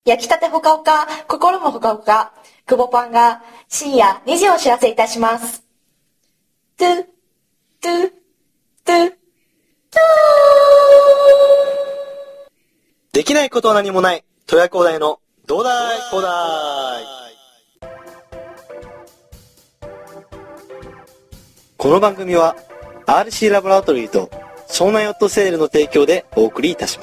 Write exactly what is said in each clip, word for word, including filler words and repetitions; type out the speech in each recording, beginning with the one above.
焼きたてほかほか、心もほかほか、久保パンが深夜にじをお知らせいたします。トゥ、トゥ、トゥ、トゥー。 できないことは何もない、戸谷工大のどうだい工大。この番組は アールシー ラボラトリーと湘南ヨットセールの提供でお送りいたします。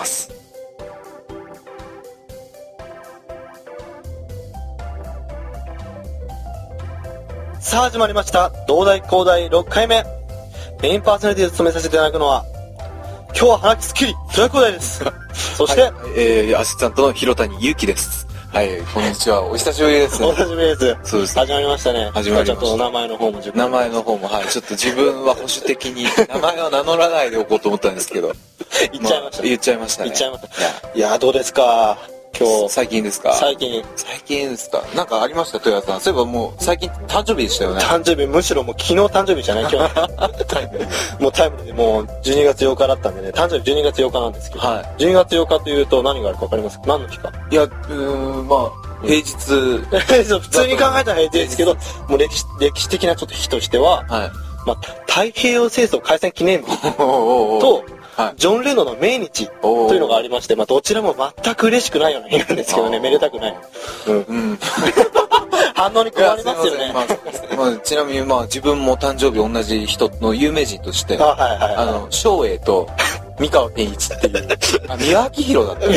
さあ始まりました、どうだい工大ろっかいめ。メインパーソナリティを務めさせていただくのは、今日は鼻くすきり戸谷工大です。そして、 はい、えー、アシスタントの広谷祐希です。はい、こんにちは。お久しぶりです、ね。 お久しぶりです。 そうです。 始まりましたね。 始まりました。 ちょっとお名前の方も自分名前の方も、はい。ちょっと自分は保守的に、名前は名乗らないでおこうと思ったんですけど。 言っちゃいました、ね。 まあ、言っちゃいましたね。 言っちゃいました。いや、どうですか今日。 最近ですか最近。 最近ですかなんかありました豊谷さん。そういえばもう、最近誕生日でしたよね。 誕生日、むしろもう昨日誕生日じゃない今日。 タイムリー。 もうタイムリーでもうじゅうにがつようかだったんでね、誕生日じゅうにがつようかなんですけど、はい、じゅうにがつようかというと何があるかわかりますか？何の日か？ いや、うーん、まあ、平日。 普通に考えたら平日ですけど、もう歴史、歴史的なちょっと日としては、はい、まあ、太平洋戦争開戦記念日と、はい、ジョン・レノンの命日というのがありまして、まあ、どちらも全く嬉しくないような日なんですけどね、めでたくない。うん。うん、反応に困りますよね。 まあまあ、ちなみに、まあ、自分も誕生日同じ人の有名人として、あ、はいはいはい、あの、翔英と三河健一っていう、あ、三輪明宏だった。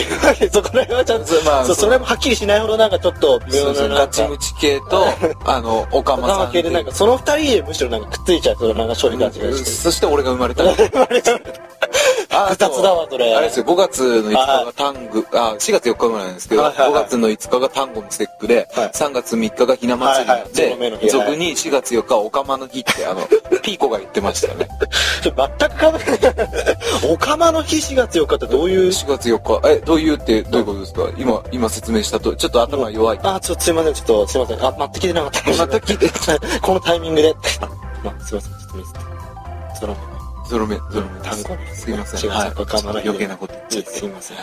そこら辺はちゃんと、まあ、そ, それもはっきりしないほどなんかちょっと、 そうそう、ガチムチ系と、あの、岡間さん系でなんか、その二人でむしろなんかくっついちゃうと、なんか翔英たちがして。 そして俺が生まれた。 複雑だわ、それ。 あれですよ、ごがつのいつかがタング、あ、しがつよっかぐらいなんですけど、ごがつのいつかがタンゴの節句で、さんがつみっかがひな祭りなんで、俗にしがつよっかはオカマの日って、あの、ピーコが言ってましたよね。 全くかぶない。オカマの日しがつよっかってどういう？ しがつよっか、え、どういうってどういうことですか？今、今説明したと、ちょっと頭弱い。 あ、ちょっとすいません、ちょっとすいません。あ、全く聞いてなかった。全く聞いて、このタイミングで。まあ、すいません、ちょっとミスって。そのゾロ目、ゾロ目。 単語に。 すいません。はい。余計なこと言っちゃって。 すいません。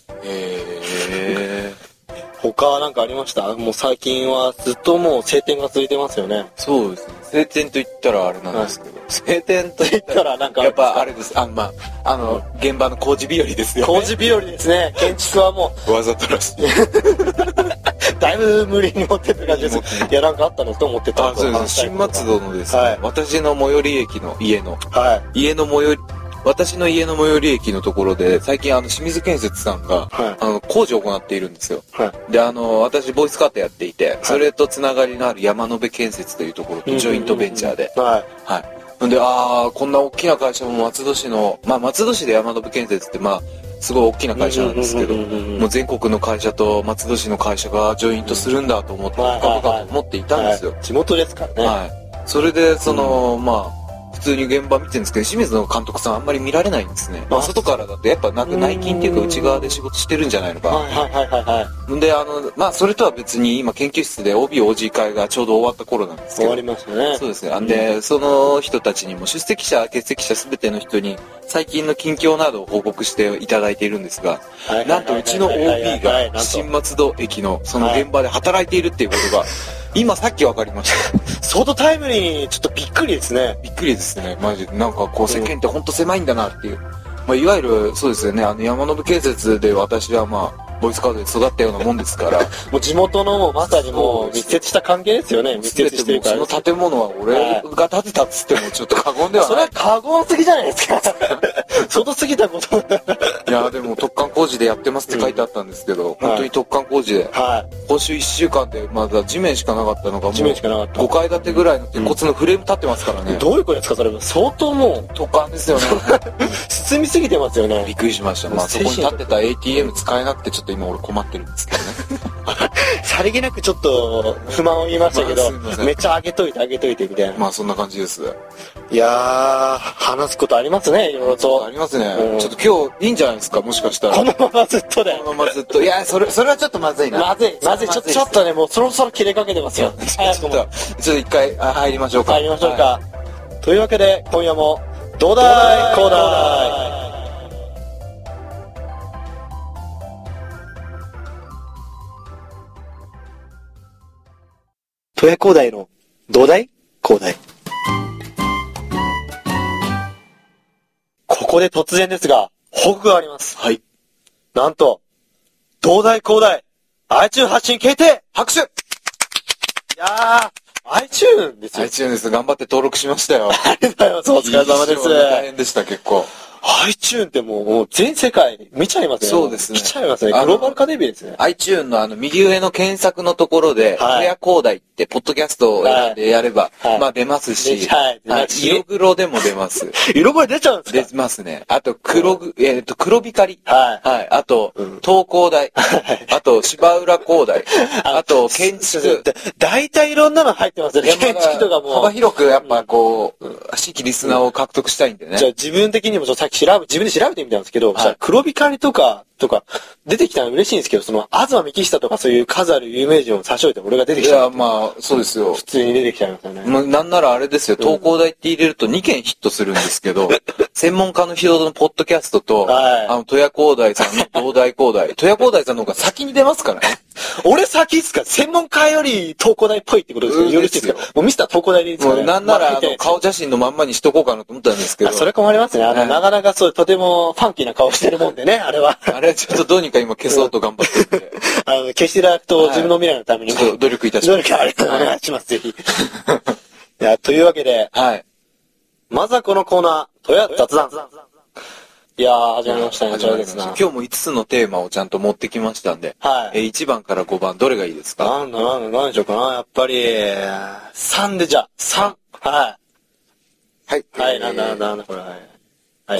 えー。 他は何かありました？もう最近はずっともう晴天が続いてますよね。 そうですね。晴天と言ったらあれなんですけど。晴天と言ったらなんか。 やっぱあれです。 あ、まあ、あの、現場の工事日和ですよね。 工事日和ですね。建築はもう。わざとらしい。 だいぶ無理に持ってった感じです。いや、なんかあったのと思ってた。 あ、そうです。新松戸のですね、はい、私の最寄り駅の家の、はい、家の最寄り、私の家の最寄り駅のところで、最近あの、清水建設さんが、はい、あの、工事を行っているんですよ。はい、で、あの、私、ボイスカートやっていて、はい、それとつながりのある山辺建設というところと、ジョイントベンチャーで、はい。はい。んで、あー、こんな大きな会社も松戸市の、まあ、松戸市で山辺建設って、まあ、すごい大きな会社なんですけど、もう全国の会社と松戸市の会社がジョイントするんだと思って、深々と思っていたんですよ。 地元ですからね。 はい。それで、その、うん、まあ、普通に現場見てるんですけど、清水の監督さんあんまり見られないんですね。まあ、外からだとやっぱなんか内勤っていうか内側で仕事してるんじゃないのか。 はいはいはいはいはい。 で、あの、まあ、それとは別に今研究室で オービーオージー 会がちょうど終わった頃なんですけど。 終わりましたね。 そうですね。んで、うん、その人たちにも出席者、欠席者すべての人に最近の近況などを報告していただいているんですが、なんとうちの オービー が新松戸駅のその現場で働いているっていうことが、今さっき分かりました。 相当タイムリーにちょっとびっくりですね。 びっくりですね。マジで。なんかこう世間ってほんと狭いんだなっていう。まあ、いわゆるそうですよね。あの山信建設で私はまあ、ボイスカードで育ったようなもんですから。 もう地元のもうまさにもう密接した関係ですよね。密接してるから。 その建物は俺が建てたっつってもちょっと過言ではない。 それは過言すぎじゃないですか。外すぎたこと。 いやでも突貫工事でやってますって書いてあったんですけど、うん、本当に突貫工事で。はい。今週いっしゅうかんでまだ地面しかなかったのがもう地面しかなかったごかい建てぐらいの鉄骨のフレーム立ってますからね。 うん、どういうことですかそれ？相当もう突貫ですよね。 包みすぎてますよね。 びっくりしました。まあそこに立ってた エーティーエム 使えなくてちょっと今俺困ってるんですけどね。 さりげなくちょっと不満を言いましたけど、まあ、めっちゃ上げといて上げといてみたいな。 まあそんな感じです。 いやー、話すことありますね、いろいろと。 ありますね、うん。ちょっと今日いいんじゃないですか、もしかしたら。 このままずっとで。 このままずっと。いや、それ、それはちょっとまずいな。 まずい、まずい、ちょっと、ちょっとね、もうそろそろ切れかけてますよ。 早くも。ちょっと一回入りましょうか。 入りましょうか。はい、というわけで、今夜も、どうだい、こうだい。 戸谷工大の土大工大。ここで突然ですが、報告があります。 はい。 なんと、東大工大、iTunes 発信決定拍手いやー、iTunes ですよ。 iTunes 頑張って登録しましたよ。 ありがとうございます。お疲れ様です。 大変でした、結構。 iTunes ってもう、もう全世界見ちゃいますね。 そうですね。 来ちゃいますね。グローバル化デビューですね。 iTunes のあの右上の検索のところで、 はい、 戸谷工大ってポッドキャストを選んでやれば、はい、まあ出ますし、はい、はい、色黒でも出ます。 色黒出ちゃうんですか？ 出ますね。あと黒ぐ、えっと黒光り。 はい。 はい。あと、うん、東工大。あと芝浦工大。あと建築。 大体いろんなの入ってますね。建築とかも。 幅広くやっぱこう、うん、新規リスナーを獲得したいんでね。 じゃあ自分的にもさっき調べ、自分で調べてみたんですけど、はい、黒光りとか、とか、出てきたの嬉しいんですけど、その、東幹久とかそういう数ある有名人を差し置いて俺が出てきた。 いや、まあ、そうですよ。 普通に出てきちゃいますよね。 まあ、なんならあれですよ、東工大って入れるとにけんヒットするんですけど、専門家の人のポッドキャストと、はい、あの、戸谷工大さんの東大工大、戸谷工大さんの方が先に出ますからね。 俺先っすか？専門家より東工大っぽいってことですよ。よろしいですか？もうミスター東工大でいいですかね。 もうなんなら、あの、顔写真のまんまにしとこうかなと思ったんですけど。 それ困りますね。あの、なかなかそう、とてもファンキーな顔してるもんでね、あれは。 あれちょっとどうにか今消そうと頑張ってるんで。 あの、消していただくと自分の未来のためにも、 はい、努力いたします。 努力ありがとうございます。ぜひ。いや、というわけで、 はい。 まずはこのコーナー、戸谷雑談。いやー、始まりましたね。こちらですな。 今日もいつつのテーマをちゃんと持ってきましたんで、はい。え、いちばんからごばん、どれがいいですか？ なんだなんだ、なんでしょうかな。やっぱり、さんでじゃあ、さん。はい。はい。はい、なんだなんだなんだ、これ、はい。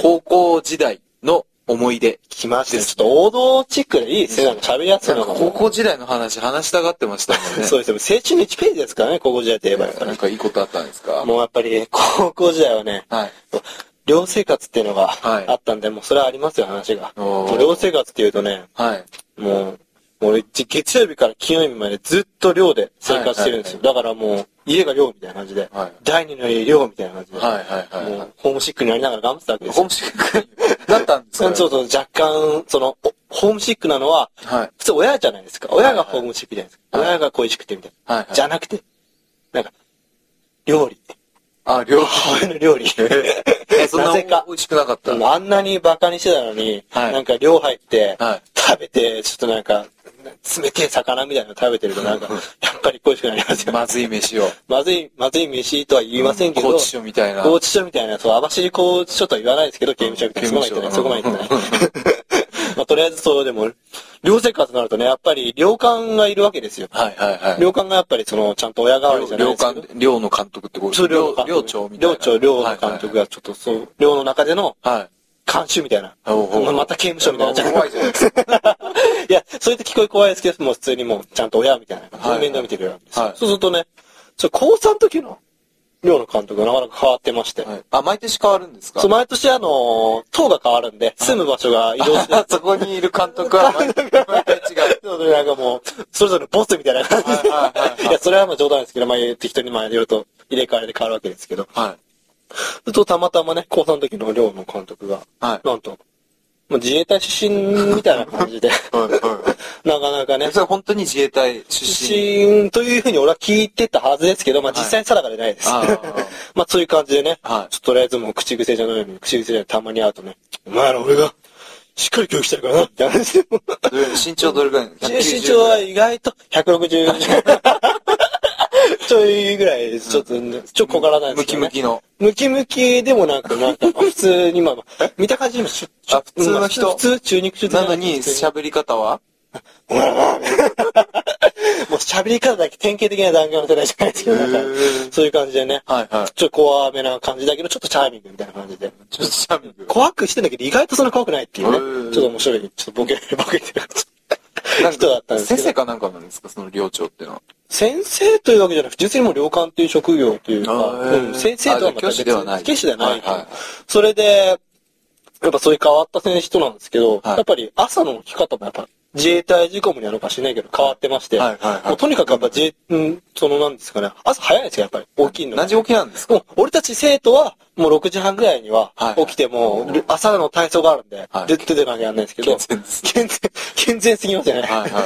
高校時代の思い出。 来ましたね。ちょっと王道チックでいいですね。なんか喋りやすいのが。 高校時代の話、話したがってましたもんね。 そうですよ。青春のいちページですからね、高校時代といえば。 なんかいいことあったんですか？ もうやっぱり、高校時代はね、はい。寮生活っていうのがあったんで、はい、もうそれはありますよ、話が。もう寮生活っていうとね、はい、もう、もう月曜日から金曜日までずっと寮で生活してるんですよ。はいはいはい、だからもう、家が寮みたいな感じで、はい、第二の家寮みたいな感じで、はいはいはいはい、もうホームシックになりながら頑張ってたわけですよ。 ホームシックだったんですか？ そうそう、若干、その、ホームシックなのは、はい、普通親じゃないですか。親がホームシックじゃないですか。はいはい、親が恋しくてみたいな。はいはい、じゃなくて、なんか、料理。 あ、料理。 母親の料理。 え、そんな美味しくなかった？ あんなにバカにしてたのに、はい、なんか寮入って、はい、食べて、ちょっとなんか、冷てえ魚みたいなの食べてるとなんか、やっぱり恋しくなりますよ。 まずい飯を。 まずい、まずい飯とは言いませんけど、 拘置所みたいな。 拘置所みたいな、そう、網走拘置所とは言わないですけど、刑務所みたいな。そこまで言ってない、そこまで言ってない。まあ、とりあえずそうでも、寮生活になるとね、やっぱり寮監がいるわけですよ。はいはいはい。寮監がやっぱりその、ちゃんと親代わりじゃないですか。 寮監、寮の監督ってことですか？寮、寮長みたいな。 寮長、寮の監督がちょっとそう、寮の中での、はい。監修みたいな。また刑務所みたいな。怖いじゃないですか。いや、そうやって聞こえ怖いですけど、もう普通にもう、ちゃんと親みたいな感じで面倒見てくれるわけです。はい。そうするとね、ちょ、高さんの時の、寮の監督がなかなか変わってまして。はい、 あ、毎年変わるんですか？ そう、毎年あの、棟が変わるんで、住む場所が移動して。 そこにいる監督は毎回違う。 そう、なんかもう、それぞれボスみたいな感じで。いや、それはまあ冗談ですけど、まあ適当にまあいろいろと入れ替わりで変わるわけですけど。はい。するとたまたまね、高さんの時の寮の監督が、はい。なんと、まあ、自衛隊出身みたいな感じで。はいはい。なかなかね。 それ本当に自衛隊出身出身というふうに俺は聞いてたはずですけど、まあ実際に定かでないです。はい、まあそういう感じでね、はい、ちょっととりあえずもう口癖じゃないのに、口癖じゃないたまに会うとね、お前ら俺がしっかり教育してるからな、みたいな話で。 身長どれぐらい？ 身長は意外とひゃくろくじゅう。ちょいぐらいです。ちょっと、ちょっと小柄なんですけど、ね。ムキムキの。ムキムキでもなく、なんか、普通に、まあ、見た感じにもしゅ、あ、普通の人。 普通、中肉中なのに、喋り方はもう喋り方だけ典型的な段階の世代じゃないですけど、なんか、そういう感じでね。はいはい。ちょっと怖めな感じだけど、ちょっとチャーミングみたいな感じで。 ちょっとチャーミング。 怖くしてんだけど、意外とそんな怖くないっていうね。ちょっと面白い、ちょっとボケ、ボケてる人だったんですけど。 先生かなんかなんですか、その寮長っていうのは。 先生というわけじゃなくて、純粋にもう寮監っていう職業というか、うん、先生とはまた別に。教師ではない。教師ではない。はいはいはい、それで、やっぱそういう変わった人なんですけど、はい、やっぱり朝の起き方もやっぱ自衛隊事故になるのかしないけど変わってまして、はいはいはい、もうとにかくやっぱ自衛、うん、そのなんですかね、朝早いんですよ、やっぱり。大きいの。 何時起きなんですか？ もう俺たち生徒はもうろくじはんぐらいには起きても、はい、朝の体操があるんで、はい、出てかなきゃやんないんですけど、健全健全すぎますよね。はいはい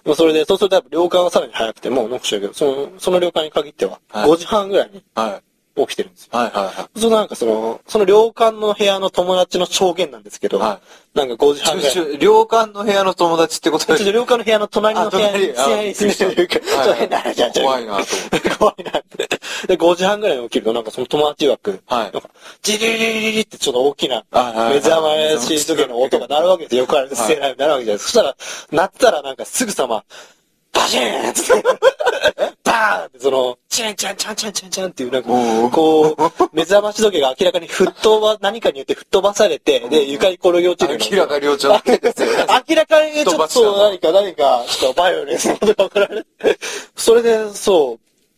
もうそれで、そうするとやっぱ寮館がさらに早くて、もうノックしちゃうけど、その、その寮館に限っては、ごじはんぐらいに、はい。起きてるんですよ。 はいはいはい。 そのなんかその、その寮館の部屋の友達の証言なんですけど、はい、なんかごじはんぐらい。 寮館の部屋の友達ってことですか？寮館の部屋の隣の部屋に住んでるから、ちょっと変な話ゃ怖いなと思って。 怖いなって。で、ごじはんぐらいに起きると、なんかその友達曰く、はい、なんか、ジリリリリリってちょっと大きな、目覚まし時計の音が鳴るわけですよ。よくある、捨てないなるわけじゃないですか。そしたら、鳴ったらなんかすぐさま、バシーンって、バーンってその、チェンチャンチャンチャンチャンチャンっていう、なんか、こう、目覚まし時計が明らかに吹っ飛ば、何かによって吹っ飛ばされて、で、床に転げ落ちる。 明らかに落ちる。 明らかにちょっと何か何か、ちょっとバイオレンスのことが送られて、それで、そう、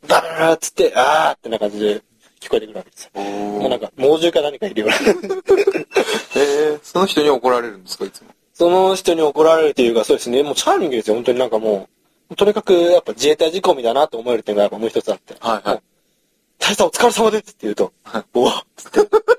バラバラっつって、あーってな感じで聞こえてくるわけですよ。もうなんか、猛獣か何かいるような。 えー、その人に怒られるんですか、いつも。 その人に怒られるというか、そうですね、もうチャーミングですよ、本当になんかもう。とにかく、やっぱ自衛隊仕込みだなと思える点がやっぱもう一つあって。はいはい。大佐お疲れ様ですって言うと、はい、おわっつって。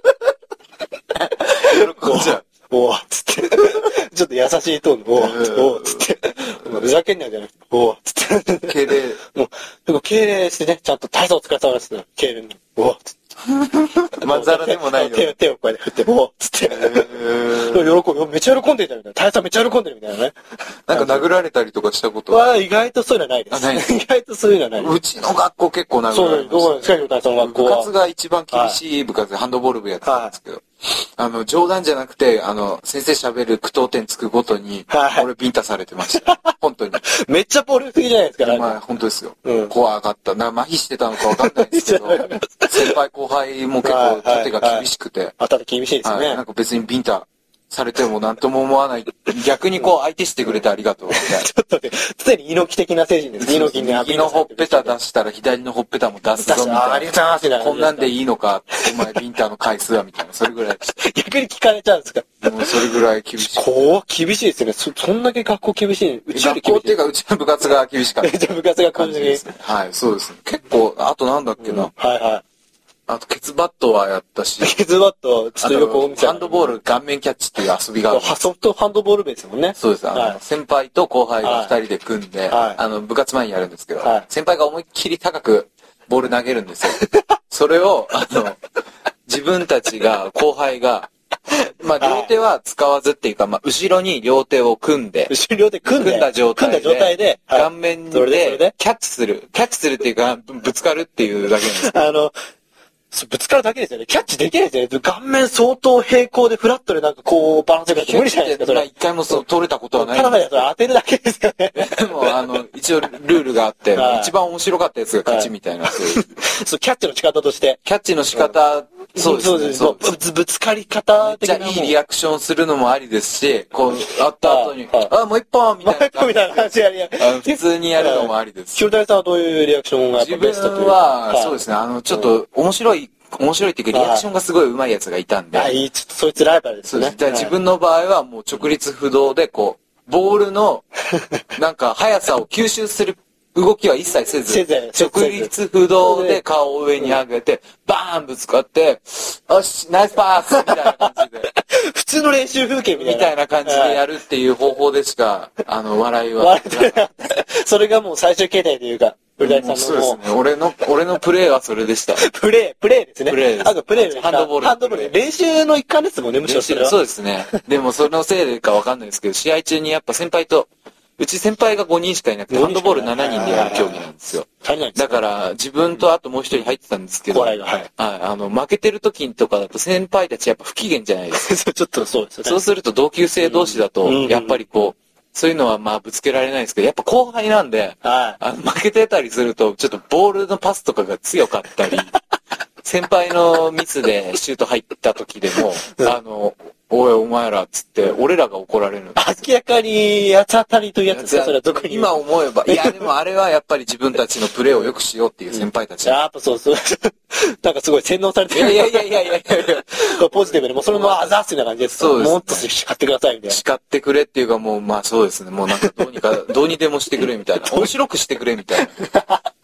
喜んじゃう。おわっつって。ちょっと優しいトーンで、おわっおわっつって。ふざけんなよじゃなくて、おわっつって。 敬礼。 もう、でも敬礼してね、ちゃんと大佐お疲れ様ですって。敬礼に、おわっつって。 まんざらでもないよ。 手を、手をこうやって振って、おっつって。喜ぶ。めっちゃ喜んでるじゃんみたいな。大佐めっちゃ喜んでるみたいなね。 なんか殴られたりとかしたことは意外とそういうのはないです。 ない意外とそういうのはないです。 うちの学校結構殴られました。 そう、どうですか、大佐の学校は。 部活が一番厳しい部活でハンドボール部やってたんですけど。あの、冗談じゃなくて、あの、先生喋る句読点つくごとに、俺ビンタされてました。本当に。 めっちゃボールすぎじゃないですか、 まあ、本当ですよ。怖かった。な、麻痺してたのかわかんないですけど、先輩後輩も結構縦が厳しくて。 あ、縦厳しいですね。 なんか別にビンタされても何とも思わない。逆にこう相手してくれてありがとうみたいな。 ちょっとね、常に猪木的な精神です。猪木に右のほっぺた出したら左のほっぺたも出すぞみたいな。 ありがとうございます。 こんなんでいいのか、お前ビンタの回数はみたいな。それぐらいでした。 逆に聞かれちゃうんですか？ もうそれぐらい厳しい。 こう、厳しいですね。そ、そんだけ学校厳しい。 うち学校っていうかうちの部活が厳しかった。うちの部活が感じですね。 はい、そうですね。結構、あとなんだっけな。 はいはい。 あと、ケツバットはやったし。 ケツバット、ちょっとよく見ハンドボール顔面キャッチっていう遊びがある。 ソフトハンドボールベースもんね。 そうです。あの、はい、先輩と後輩が二人で組んで、はい、あの、部活前にやるんですけど、はい、先輩が思いっきり高くボール投げるんですよ。それを、あの、自分たちが、後輩が、まあ、両手は使わずっていうか、まあ、後ろに両手を組んで、 後ろ両手組んで、 組んだ状態で、 組んだ状態で、 顔面で、キャッチする。キャッチするっていうか、ぶつかるっていうだけなんですけど。 あの、ぶつかるだけですよね。キャッチできないですよね。顔面相当平行でフラットでなんかこう、バランスが無理じゃないですか、それ。 まあ、一回もそう、取れたことはない。 ただでそれ当てるだけですよね。 でも、あの、一応ルールがあって、一番面白かったやつが勝ちみたいな、そういう。 そう、キャッチの仕方として。 キャッチの仕方、そうですね。 そうです。ぶつかり方的な。 めっちゃいいリアクションするのもありですし、こう、あった後に、あ、もう一本みたいな。 もう一本みたいな感じやりや。 普通にやるのもありです。 清谷さんはどういうリアクションが自分は、そうですね、あの、ちょっと面白い、面白いっていうか、リアクションがすごい上手いやつがいたんで。 あ、いい、ちょっとそいつライバルですね。 そうです。自分の場合はもう直立不動で、こう、ボールの、なんか速さを吸収する動きは一切せず、直立不動で顔を上に上げて、バーンぶつかって、よし、ナイスパースみたいな感じで。 普通の練習風景みたいな。 みたいな感じでやるっていう方法でしか、あの、笑いは。 それがもう最終形態というか、古谷さんの。 そうですね。俺の、俺のプレーはそれでした。 プレー、プレーですね。 プレーです。 あとプレーハンドボール。 ハンドボール。練習の一環ですもんね、むしろそれは。 そうですね。でもそのせいでかわかんないですけど、試合中にやっぱ先輩と、うち先輩がごにんしかいなくて、ハンドボールしちにんでやる競技なんですよ。だから、自分とあともう一人入ってたんですけど、はい。あの、負けてる時とかだと先輩たちやっぱ不機嫌じゃないですか。 ちょっとそうですね。 そうすると同級生同士だと、やっぱりこう、そういうのはまあぶつけられないんですけど、やっぱ後輩なんで、あの負けてたりすると、ちょっとボールのパスとかが強かったり、先輩のミスでシュート入った時でも、あの、おいお前らっつって、俺らが怒られるんです。 明らかに八つ当たりというやつですか、それは特に。 今思えば。いや、でもあれはやっぱり自分たちのプレーを良くしようっていう先輩たち。 やっぱそうそう。なんかすごい洗脳されてる。 いやいやいやいやいやポジティブで、もうそれもあざっすな感じです。そうです、ね。もっと叱ってくださいみたいな。 叱ってくれっていうかもう、まあそうですね。もうなんかどうにか、どうにでもしてくれみたいな。面白くしてくれみたいな。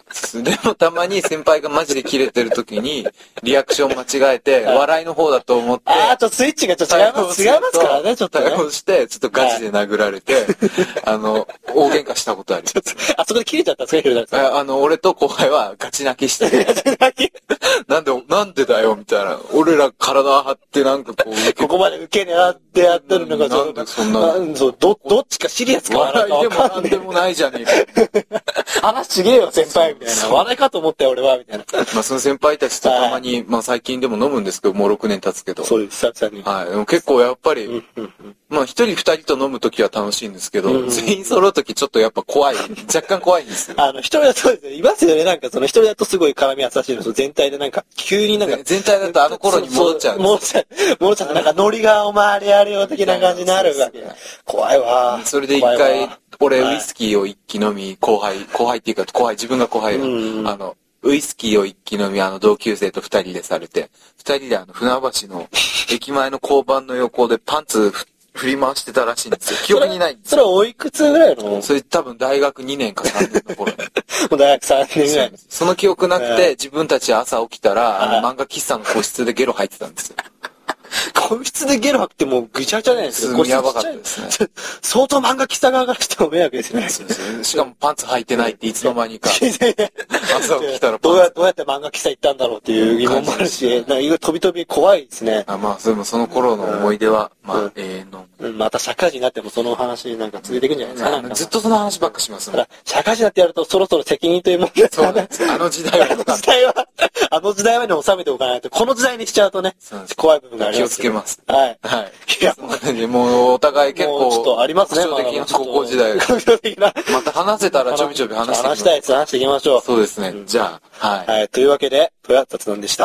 でもたまに先輩がマジでキレてる時に、リアクション間違えて、笑いの方だと思って。 ああ、ちょっとスイッチがちょっと違います、違いますからね、ちょっと、ね。 対応して、ちょっとガチで殴られて、あの、大喧嘩したことあります。 あそこで切れちゃったんですか、ヒロさん。 あの、俺と後輩はガチ泣きして、ガチ泣きなんで、なんでだよ、みたいな。俺ら体張ってなんかこう、 ここまで受け狙ってやってるのが、 なんでそんな、 そう、ど、どっちかシリアスか笑いでもなんでもないじゃねえか。 話ちげえよ、先輩、みたいな。笑いかと思ったよ、俺は、みたいな。 まあ、その先輩たちとたまに、まあ、最近でも飲むんですけど、もうろくねん経つけど。 そうです、久々に。 はい。でも結構やっぱり、まあ、一人二人と飲むときは楽しいんですけど、全員揃うときちょっとやっぱ怖い、若干怖いんですよ。 あの、一人だと、いますよね、なんかその一人だとすごい絡み優しいのと、全体でなんか、急になんか。 全体だとあの頃に戻っちゃう。 戻っちゃう。戻っちゃう。なんか、ノリがお前あれやるよ、的な感じになるわけ。怖いわ。 それで一回、俺ウイスキーを一気飲み、後輩、後輩っていうか、後輩、自分が後輩が、あの、ウイスキーを一気飲み、あの、同級生と二人でされて、二人であの、船橋の駅前の交番の横でパンツ振り回してたらしいんですよ。記憶にないんですよ。それはおいくつぐらいの？ それ多分大学にねんかさんねんの頃に。 もう大学さんねんぐらい。 その記憶なくて、自分たち朝起きたら、あの、漫画喫茶の個室でゲロ吐いてたんですよ。 個室でゲロ吐くってもうぐちゃぐちゃじゃないですか。やばかったですね。 相当漫画喫茶側からしても迷惑ですね。 そうですね。しかもパンツ履いてないっていつの間にか。朝起きたらどうやどうやって漫画喫茶行ったんだろうっていう疑問もあるし、なんか飛び飛び怖いですね。 あまあ、でもその頃の思い出は、まあ、永遠の。 また社会人になってもその話なんか続いていくんじゃないですか。 ずっとその話ばっかしますもん。 社会人になってやるとそろそろ責任というもんですからね。あの時代は。あの時代は、あの時代はに収めておかないと、この時代にしちゃうとね、怖い部分があります。 気をつけます。 はい。 はい。いや、もうお互い結構、 ちょっとありますね、 高校時代。また話せたらちょびちょび話して話したいです、話していきましょう。 そうですね。じゃあ、はい。 はい。というわけで、トヤ雑談でした。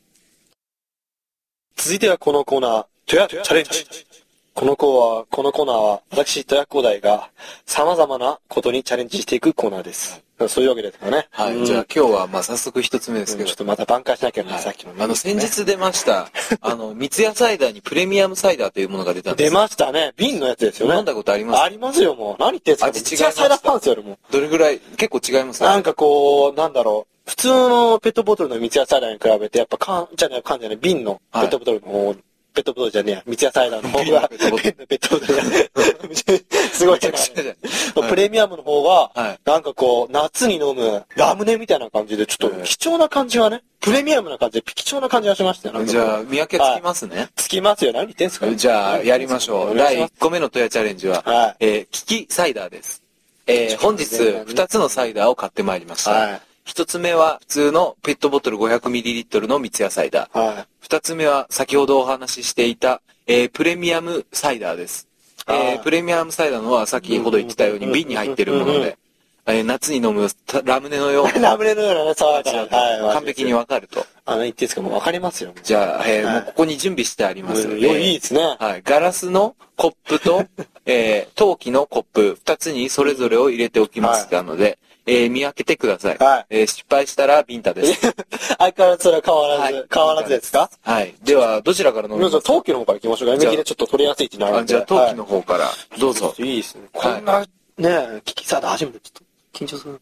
続いてはこのコーナー、トヤチャレンジ。このコーナーは、このコーナーは、私、トヤコダイが様々なことにチャレンジしていくコーナーです。そういうわけですかね。 はい。じゃあ今日は、まあ早速一つ目ですけど。 ちょっとまた挽回しなきゃな、さっきの。 あの、先日出ました、あの、三ツ矢サイダーにプレミアムサイダーというものが出たんです。 出ましたね。瓶のやつですよね。 飲んだことあります？ ありますよ、もう。何言ってんすか？ 味違います。 三ツ矢サイダーパンツよりも。 どれぐらい、結構違いますか？ なんかこう、なんだろう。普通のペットボトルの三ツ矢サイダーに比べて、やっぱ缶、じゃない、缶じゃない、瓶のペットボトルの方、ペットボトルじゃねえや、三ツ矢サイダーの方が、ペットボトルじゃねえ。すごいね。プレミアムの方が、なんかこう、夏に飲むラムネみたいな感じで、ちょっと貴重な感じはね、プレミアムな感じで貴重な感じがしましたよ。 じゃあ、見分けつきますね。 つきますよ。何言ってんすか？ じゃあ、やりましょう。だいいっこめのトヤチャレンジは、えー、キキサイダーです。えー、本日、ふたつのサイダーを買ってまいりました。一つ目は普通のペットボトル ごひゃくミリリットル の三ツ矢サイダー。はい、二つ目は先ほどお話ししていた、えー、プレミアムサイダーです。えー、プレミアムサイダーのは先ほど言ってたように瓶に入ってるもので、えー、夏に飲むラムネのような。ラムネのようなね、爽やかな。 はい、完璧にわかると。 あの言っていいですか？もうわかりますよ。 じゃあ、えーはい、もうここに準備してあります。 うん、えー、いいですね。 はい。ガラスのコップと、えー、陶器のコップ二つにそれぞれを入れておきましたので、はい、えー、見分けてください。はい。えー、失敗したらビンタです。 相変わらずそれは変わらず、はい、変わらずですか？ はい。では、どちらから飲みますか？ 陶器の方から行きましょうか。読み切りでちょっと取りやすい位置になるんで。 じゃあ、陶器の方から、どうぞ。 いいですね。こんな、ね、キキサイダー初めてちょっと緊張する。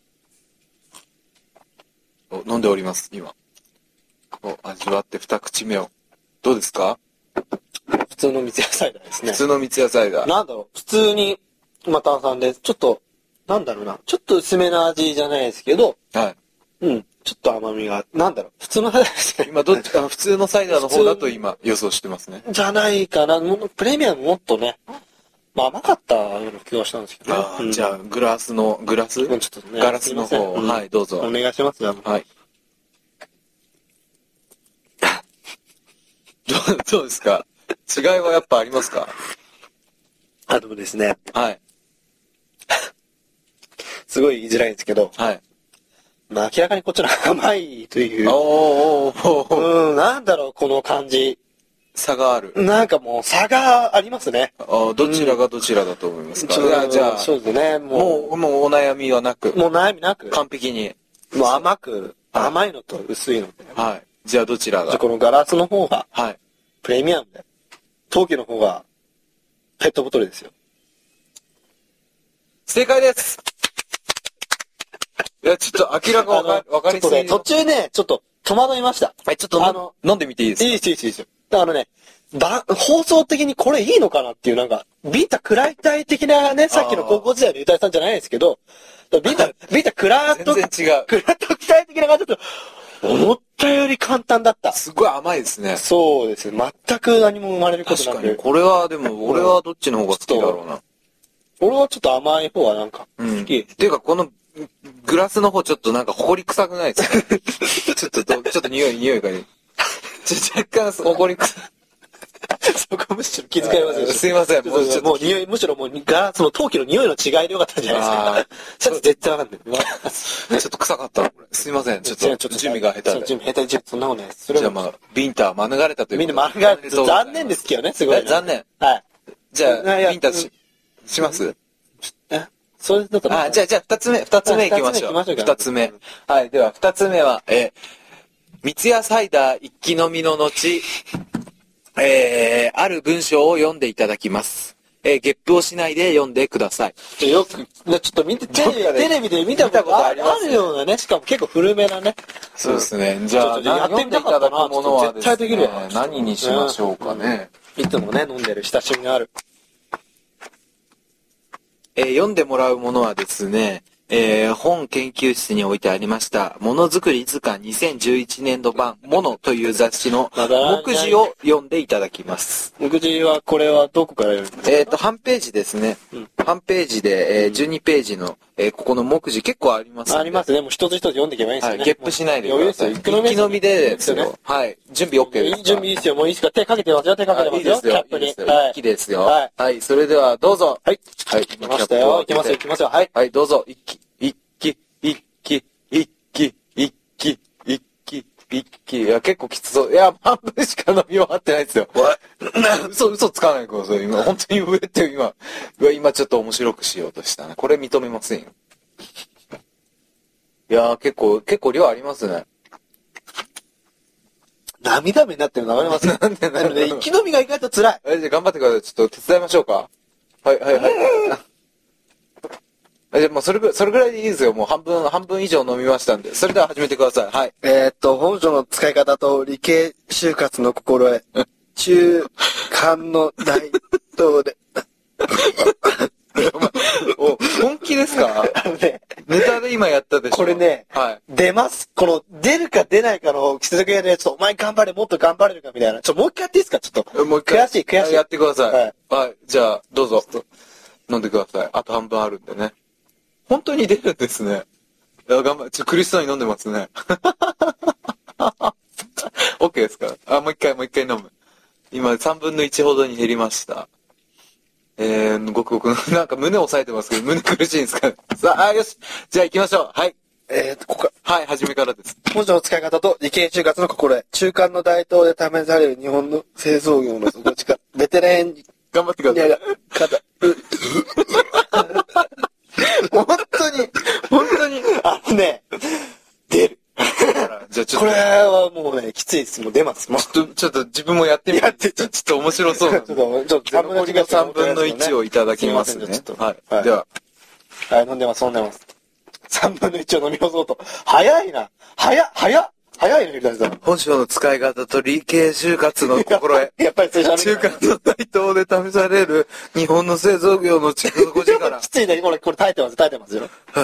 お、飲んでおります、今。お、味わって二口目を。どうですか？ 普通の三ツ矢サイダーですね。 普通の三ツ矢サイダー。 なんだろう、普通に、まあ、炭酸で、ちょっと、なんだろうな、ちょっと薄めな味じゃないですけど、 はい。 うん、ちょっと甘みが、なんだろう、普通のサイダーですね。 今、どっち、あの、普通のサイダーの方だと今、予想してますね。 じゃないかな、もプレミアムもっとね、まあ甘かったような気がしたんですけどね。 あうん、じゃあ、グラスの、グラス、 うん、ちょっとね、 ガラスの方、うん、はい、どうぞ。 お願いします。 はい。どう、どうですか？違いはやっぱありますか？ あ、でもですね。 はい。 すごい言いづらいんですけど。 はい。 まあ明らかにこっちの甘いという。 おーおーおーうん、なんだろう、この感じ。 差がある。 なんかもう差がありますね。 あどちらがどちらだと思いますか？うん、じゃあ、じゃあ、 そうですね。 もう、もう、もうお悩みはなく。 もう悩みなく。 完璧に。 もう甘く、甘いのと薄いので。 はい。じゃあどちらが？ じゃあこのガラスの方が、 はい。 プレミアムで。陶器の方が、ペットボトルですよ。 正解です。 いや、ちょっと明らかわかわかりすぎる。 途中ね、ちょっと戸惑いました。 はい、ちょっとあの、飲んでみていいですか？ いいです、いいです、いいですよ。だからね、ば、放送的にこれいいのかなっていう、なんか、ビータ食らいたい的なね、さっきの高校時代のゆうたいさんじゃないですけど、ビータ、ビータ食らっと、 全然違う。 食らっときたい的な感じだと、思ったより簡単だった。 すごい甘いですね。 そうですね。全く何も生まれることなく。 確かに。これはでも、俺はどっちの方が好きだろうな。 俺はちょっと甘い方はなんか、 好き。っていうか、この、グラスの方ちょっとなんか埃臭くないですか？ちょっと、ちょっと匂い、匂いがね。ちょ若干埃臭い。 そこむしろ気遣いますよ。 すいません。 もう、もう匂い、むしろもうガラスの陶器の匂いの違いでよかったんじゃないですか。ちょっと絶対わかんない。 ちょっと臭かったな、これ。すいません。ちょっと、準備が下手で。 準備下手に、そんなことないです。 じゃあまあ、ビンタ免れたということで。 みんな免れた。残念ですけどね、すごい。 残念。 はい。 じゃあ、ビンタし、しますえそれだとあ、じゃあ、じゃあ、二つ目、二つ目行きましょう。二つ目。はい。では、二つ目は、え、三ツ矢サイダー一気飲みの後、えー、ある文章を読んでいただきます。えー、ゲップをしないで読んでください。 よく、ちょっと見て、テレビ、テレビで見たことあるようなね、しかも結構古めなね。 そうですね。じゃあ、やってみたかったものは、 絶対できるよ。 何にしましょうかね。 いつもね、飲んでる親しみがある。 えー、読んでもらうものはですね、えー、本研究室に置いてありました、ものづくり図鑑にせんじゅういちねんど版、ものという雑誌の目次を読んでいただきます。 目次は、これはどこから読むんですか？ えっと、半ページですね。うん、半ページで、えー、じゅうにページの、えー、ここの目次結構ありますね。 ありますね。もう一つ一つ読んでいけばいいんですよね。 はい、ゲップしないでください。一気飲みでですよ。はい。準備 OK ですか？ 準備いいですよ。もういいですか？手かけてますよ。手かけてますよ。 いいですよ。 キャップに。 はい。一気ですよ。はい。はい。それでは、どうぞ。 はい。 はい。 来ましたよ。行きますよ。行きますよ。はい。 はい、どうぞ。一気。一気、一気、一気、一気、一気、一気。いや、結構きつそう。いや、半分しか飲み終わってないですよ。嘘、嘘つかないでください。今、本当に上って今、今ちょっと面白くしようとしたね。これ認めませんよ。いやー、結構、結構量ありますね。 涙目になってるのわかります？ なんでなんで生き延びが意外と辛い。 え、じゃあ頑張ってください。ちょっと手伝いましょうか。はいはいはい。じゃあもうそれぐらい、それぐらいでいいですよ。もう半分、半分以上飲みましたんで。それでは始めてください。はい。 えー、っと、本書の使い方と理系就活の心得。中間の大東で。 お、本気ですか？ね、ネタで今やったでしょ。 これね、はい、出ます。この、出るか出ないかのきつくやで、ちょっとお前頑張れ、もっと頑張れるかみたいな。ちょ、もう一回やっていいですか？ちょっと。 もう一回。 悔しい、悔しい。 やってください。はい。はい。じゃあ、どうぞ。飲んでください。あと半分あるんでね。本当に出るんですね。いや、頑張れ。ちょ、苦しそうに飲んでますね。OK ですか？あ、もう一回、もう一回飲む。今、三分の一ほどに減りました。えー、ごくごく、なんか胸押さえてますけど、胸苦しいんですか？さあ、あ、よし。じゃあ行きましょう。はい。 えーと、ここはい、初めからです。 本書の使い方と理系就活の心得。中間の大東で試される日本の製造業の底力。ベテランに。 頑張ってください。本当に、本当に。 あのね、出る。 じゃあちょっと。 これはもうね、きついです。もう出ます。もうちょっと、ちょっと自分もやってみて。 やってちょっと面白そうな。 ちょっと、ちょっと、 残りの三分の一をいただきますね。はい。では。 はい、飲んでます、飲んでます。三分の一を飲み干そうと。早いな。早っ、早っ。早いね、平田さん。 本書の使い方と理系就活の心得。 やっぱりそれじゃ中間の大東で試される日本の製造業の底力。 きついね、これ、これ耐えてます、耐えてますよ。はい。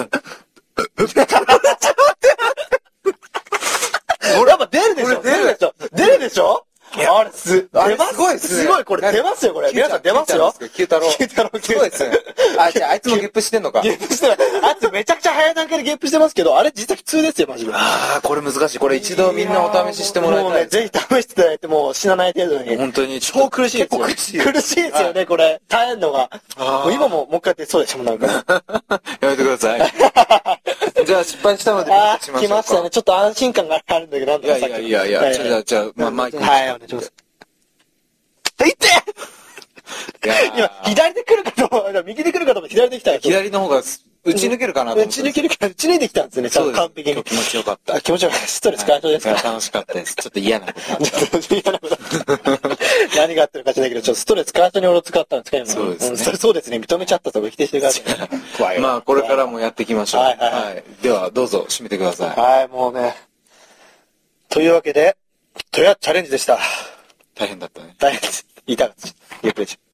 やっぱ出るでしょ出るでしょ出るでしょあれ、す、出ます。すごいすすごい、これ出ますよ、これ。皆さん出ますよ。 九太郎。 九太郎、 すごいですね。あ、じゃあ、あいつもゲップしてんのか。 ゲップしてない。あいつめちゃくちゃ早い段階でゲップしてますけど、あれ実は普通ですよ、マジで。 ああ、これ難しい。これ一度みんなお試ししてもらいたい。 もうね、ぜひ試していただいて、もう死なない程度に。 本当に。 超苦しいですよ。苦しい。苦しいですよね、これ。耐えんのが。もう今も、もう一回やってそうでしょ、なんか。 やめてください。じゃあ、失敗したので、 あー、来ましたね。ちょっと安心感があるんだけど、なんだかさっき。いやいやいや、じゃあ、じゃあ、まあ、まあ、 はい、お願いします。いって今、左で来るかと思う、右で来るかと思う、左で来たよ。 左の方が、 打ち抜けるかなと思って。 打ち抜けるか、打ち抜いてきたんですね、ちゃんと完璧に。 気持ちよかった。 あ、気持ちよかった。ストレス解消ですか？ 楽しかったです。ちょっと嫌なこと。 嫌なこと。何があってるか知らないけど、ちょっとストレス解消に俺を使ったんですか、今。 そうですね。 そうですね、認めちゃったとか否定してください。 怖い。まあ、これからもやっていきましょう。はいはい。では、どうぞ、締めてください。 はい、もうね。というわけで、トヤチャレンジでした。 大変だったね。 大変です。言いたかった。ゆっくりし。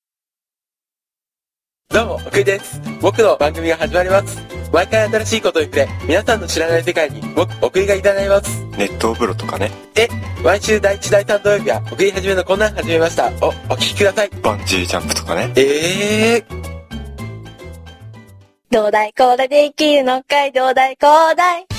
どうも、奥井です。僕の番組が始まります。毎回新しいことに触れ、皆さんの知らない世界に僕、奥井がいざないます。 熱湯風呂とかね。 え、毎週だいいちだいさん土曜日は、奥井はじめのこんなん始めました。お、お聞きください。 バンジージャンプとかね。 えー。 どうだいこうだいできるのかい、どうだいこうだい。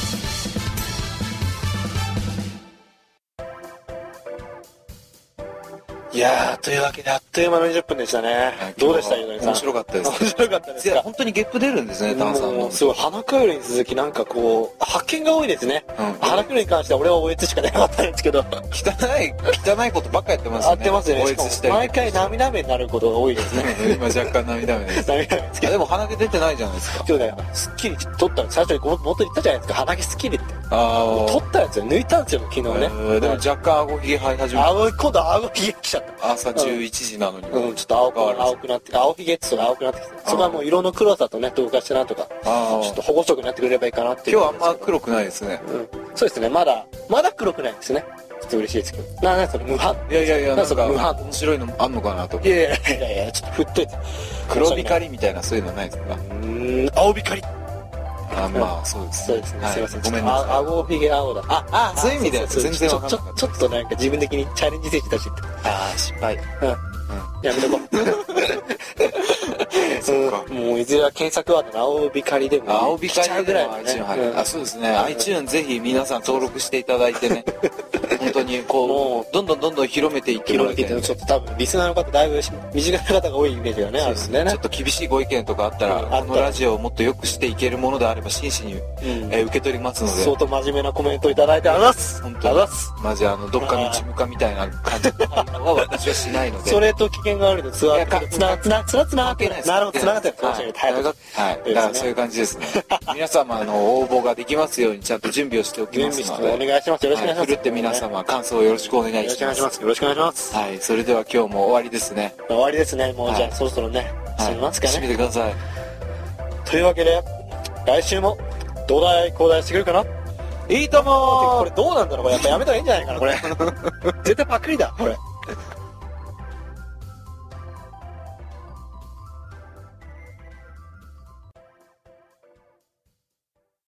いやー、というわけであっという間のにじゅっぷんでしたね。どうでしたゆのりさん。 面白かったです。 面白かったですか。 いや、本当にゲップ出るんですね、炭酸の。 すごい、花くよりに続きなんかこう、発見が多いですね。花くよりに関しては俺はおえつしか出なかったんですけど。 汚い、汚いことばっかやってますよね。 やってますよね。 おえつしたり。 毎回涙目になることが多いですね。 今若干涙目です。 涙目ですけど。 でも鼻毛出てないじゃないですか。 今日ね、スッキリ取ったの。最初にもっと言ったじゃないですか。鼻毛スッキリって。 ああ。 取ったやつを抜いたんですよ、昨日ね。 でも若干顎ひげ生え始めた。 顎、今度顎ひげ来ちゃった。 朝じゅういちじなのに。 うん、ちょっと青く、青くなって、青ひげってそれ青くなってきて。そこはもう色の黒さとね、同化してなんとか、ちょっと保護色になってくれればいいかなっていう。 今日あんま黒くないですね。 うん。そうですね、まだ、まだ黒くないですね。ちょっと嬉しいですけど。な、な、それ無反。 いやいやいや、なんか無反。 面白いのあんのかなと。 いやいやいやいや、ちょっと振っといて。 黒光りみたいなそういうのないですか？ うーん、青光り。 あ、まあ、そうです。 そうですね。すいません。 ごめんなさい。 顎ひげ青だ。 あ、あ、そういう意味で全然わかんない。 ちょっとなんか自分的にチャレンジ精神出してって。 ああ、失敗。 うん。やめとこう。 そうか。 もういずれは検索ワードの青光でも青光りぐらいの iTunes。あ、そうですね。iTunes ぜひ皆さん登録していただいてね。本当にこうどんどんどんどん広めていってもらいたい。 広めていってちょっと多分リスナーの方だいぶ身近な方が多いイメージがねあるんでね。 ちょっと厳しいご意見とかあったらこのラジオをもっと良くしていけるものであれば真摯に受け取りますので。 相当真面目なコメントいただいてありがとうございます。 本当に。マジあのどっかの内向かみたいな感じは私はしないので。 それと危険があるのでつなつなつなつなつなってなるほどつながってるかもしれない。 はい。だからそういう感じですね。皆様の応募ができますようにちゃんと準備をしておきますので。 お願いします。よろしくお願いします。 ふるって皆様感想をよろしくお願いします。 よろしくお願いします。 はい。それでは今日も終わりですね。 終わりですね。もうじゃあそろそろね締めますかね。 締めてください。 というわけで来週もどうだいこうだいしてくるかないいともー。 これどうなんだろうこれやっぱやめたらいいんじゃないかなこれ。絶対パクリだこれ。